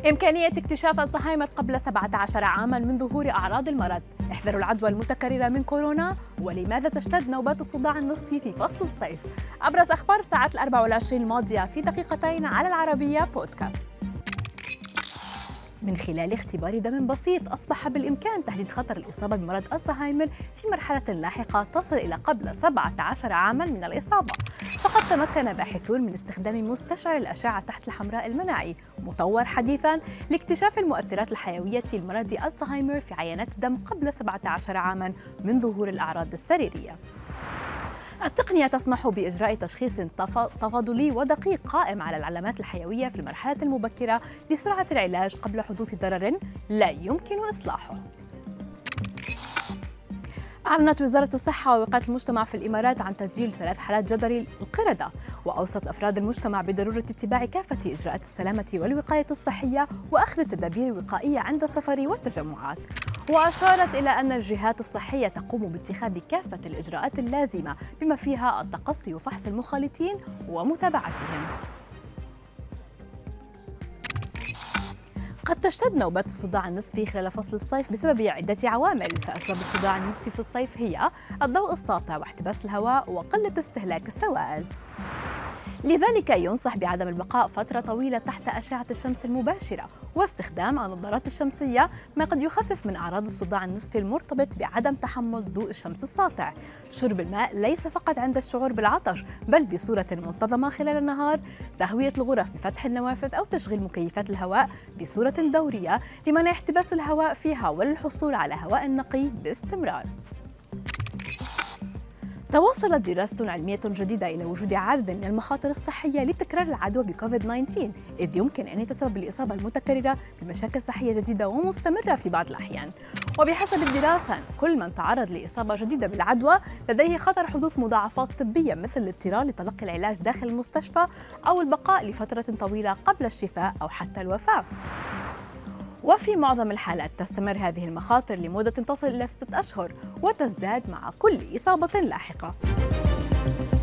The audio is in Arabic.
إمكانية اكتشاف الزهايمر قبل 17 عاماً من ظهور أعراض المرض. احذروا العدوى المتكررة من كورونا. ولماذا تشتد نوبات الصداع النصفي في فصل الصيف؟ أبرز أخبار الساعات 24 الماضية في دقيقتين على العربية بودكاست. من خلال اختبار دم بسيط أصبح بالإمكان تحديد خطر الإصابة بمرض الزهايمر في مرحلة لاحقة تصل إلى قبل 17 عاماً من الإصابة. فقد تمكن باحثون من استخدام مستشعر الأشعة تحت الحمراء المناعي مطور حديثاً لاكتشاف المؤثرات الحيوية لمرض الزهايمر في عينات الدم قبل 17 عاماً من ظهور الأعراض السريرية. التقنية تسمح بإجراء تشخيص تفاضلي ودقيق قائم على العلامات الحيوية في المرحلة المبكرة لسرعة العلاج قبل حدوث ضرر لا يمكن إصلاحه. أعلنت وزارة الصحة ووقاية المجتمع في الإمارات عن تسجيل 3 حالات جدري القردة، وأوصت أفراد المجتمع بضرورة اتباع كافة إجراءات السلامة والوقاية الصحية وأخذ التدابير الوقائية عند السفر والتجمعات. وأشارت إلى أن الجهات الصحية تقوم باتخاذ كافة الإجراءات اللازمة بما فيها التقصي وفحص المخالطين ومتابعتهم. قد تشتد نوبات الصداع النصفي خلال فصل الصيف بسبب عدة عوامل، فأسباب الصداع النصفي في الصيف هي الضوء الساطع واحتباس الهواء وقلة استهلاك السوائل. لذلك ينصح بعدم البقاء فترة طويلة تحت أشعة الشمس المباشرة واستخدام النظارات الشمسية، ما قد يخفف من أعراض الصداع النصفي المرتبط بعدم تحمل ضوء الشمس الساطع. شرب الماء ليس فقط عند الشعور بالعطش بل بصورة منتظمة خلال النهار. تهوية الغرف بفتح النوافذ أو تشغيل مكيفات الهواء بصورة دورية لمنع احتباس الهواء فيها وللحصول على هواء نقي باستمرار. توصلت دراسة علمية جديدة إلى وجود عدد من المخاطر الصحية لتكرار العدوى بكوفيد-19، إذ يمكن أن يتسبب الإصابة المتكررة بمشاكل صحية جديدة ومستمرة في بعض الأحيان. وبحسب الدراسة كل من تعرض لإصابة جديدة بالعدوى لديه خطر حدوث مضاعفات طبية مثل الاضطرار لتلقي العلاج داخل المستشفى أو البقاء لفترة طويلة قبل الشفاء أو حتى الوفاة. وفي معظم الحالات تستمر هذه المخاطر لمدة تصل إلى 6 أشهر وتزداد مع كل إصابة لاحقة.